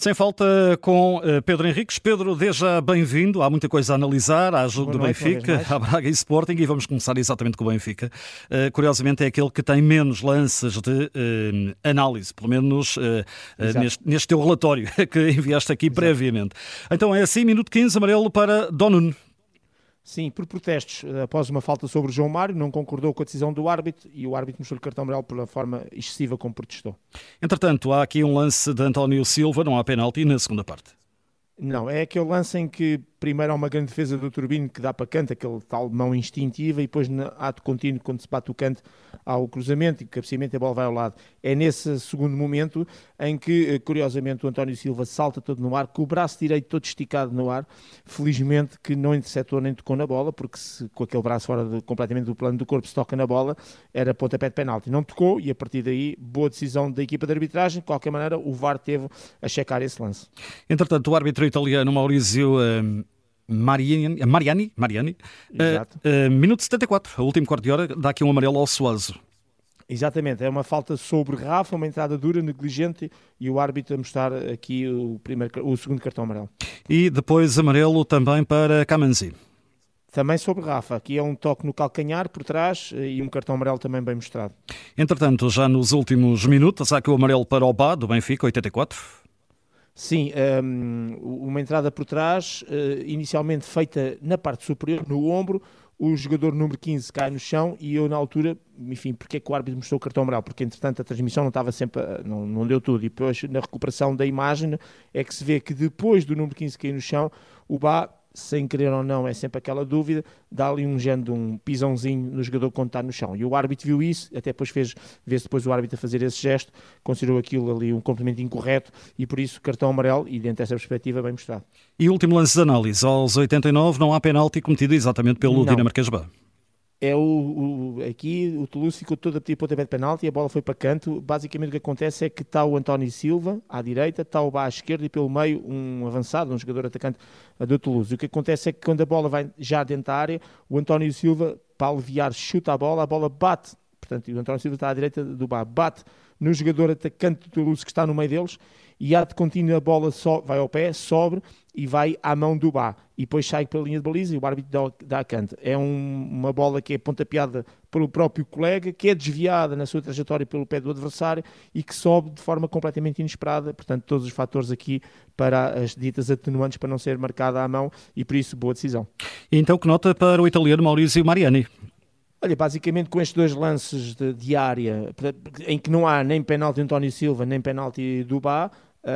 Sem falta com Pedro Henriques. Pedro, desde já bem-vindo. Há muita coisa a analisar. Há jogo do Benfica, há Braga e Sporting, e vamos começar exatamente com o Benfica. Curiosamente é aquele que tem menos lances de análise, pelo menos neste teu relatório que enviaste aqui previamente. Então é assim, minuto 15, amarelo para Donun. Sim, por protestos, após uma falta sobre o João Mário, não concordou com a decisão do árbitro e o árbitro mostrou-lhe cartão amarelo pela forma excessiva como protestou. Entretanto, há aqui um lance de António Silva, não há penalti na segunda parte. Não, é aquele lance em que primeiro há uma grande defesa do Turbino que dá para canto, aquele tal mão instintiva, e depois no ato contínuo, quando se bate o canto, há o cruzamento e o cabeceamento e a bola vai ao lado. É nesse segundo momento em que, curiosamente, o António Silva salta todo no ar, com o braço direito todo esticado no ar, felizmente que não interceptou nem tocou na bola, porque se com aquele braço fora completamente do plano do corpo se toca na bola, era pontapé de penalti. Não tocou e a partir daí, boa decisão da equipa de arbitragem. De qualquer maneira, o VAR teve a checar esse lance. Entretanto, o árbitro italiano Maurizio Mariani, minuto 74, o último quarto de hora, dá aqui um amarelo ao Suazo. Exatamente, é uma falta sobre Rafa, uma entrada dura, negligente, e o árbitro a mostrar aqui o segundo cartão amarelo. E depois amarelo também para Kamanzi. Também sobre Rafa, aqui é um toque no calcanhar por trás e um cartão amarelo também bem mostrado. Entretanto, já nos últimos minutos, há aqui o amarelo para o Bá, do Benfica, 84. Sim, uma entrada por trás, inicialmente feita na parte superior, no ombro. O jogador número 15 cai no chão e eu na altura, enfim, porque é que o árbitro mostrou o cartão amarelo? Porque entretanto a transmissão não estava sempre, não deu tudo, e depois na recuperação da imagem é que se vê que depois do número 15 cair no chão, o Bá, sem querer ou não, é sempre aquela dúvida, dá ali um género de um pisãozinho no jogador quando está no chão. E o árbitro viu isso, até depois vê-se depois o árbitro a fazer esse gesto, considerou aquilo ali um complemento incorreto e por isso cartão amarelo, e dentro dessa perspectiva bem mostrado. E o último lance de análise, aos 89, não há penalti cometido exatamente pelo Dinamarquês Bá. Aqui o Toulouse ficou todo a pedir pontapé de penalti e a bola foi para canto. Basicamente o que acontece é que está o António Silva à direita, está o Bá à esquerda e pelo meio um avançado, um jogador atacante do Toulouse. O que acontece é que quando a bola vai já dentro da área, o António Silva, para aliviar, chuta a bola bate. Portanto, o António Silva está à direita do Bá, bate no jogador atacante do Toulouse que está no meio deles e ato contínuo a bola vai ao pé, sobe e vai à mão do Bá e depois sai pela linha de baliza e o árbitro dá a canto. É uma bola que é pontapeada pelo próprio colega, que é desviada na sua trajetória pelo pé do adversário e que sobe de forma completamente inesperada. Portanto, todos os fatores aqui para as ditas atenuantes para não ser marcada à mão e por isso boa decisão. E então que nota para o italiano Maurizio Mariani? Olha, basicamente com estes dois lances de área, em que não há nem penalti de António Silva, nem penalti do Bá,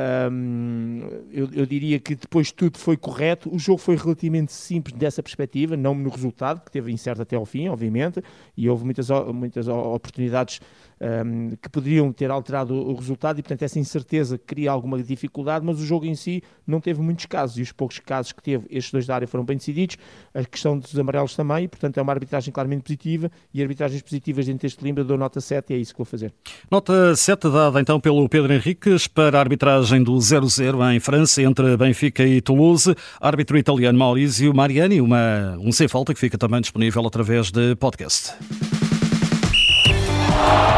eu diria que depois tudo foi correto. O jogo foi relativamente simples dessa perspectiva, não no resultado, que teve incerto até ao fim, obviamente, e houve muitas oportunidades que poderiam ter alterado o resultado e, portanto, essa incerteza cria alguma dificuldade, mas o jogo em si não teve muitos casos e os poucos casos que teve, estes dois da área foram bem decididos, a questão dos amarelos também, e, portanto, é uma arbitragem claramente positiva e arbitragens positivas dentro deste limbo eu dou nota 7 e é isso que vou fazer. Nota 7 dada então pelo Pedro Henriques para a arbitragem do 0-0 em França entre Benfica e Toulouse, árbitro italiano Maurizio Mariani, um sem falta que fica também disponível através de podcast.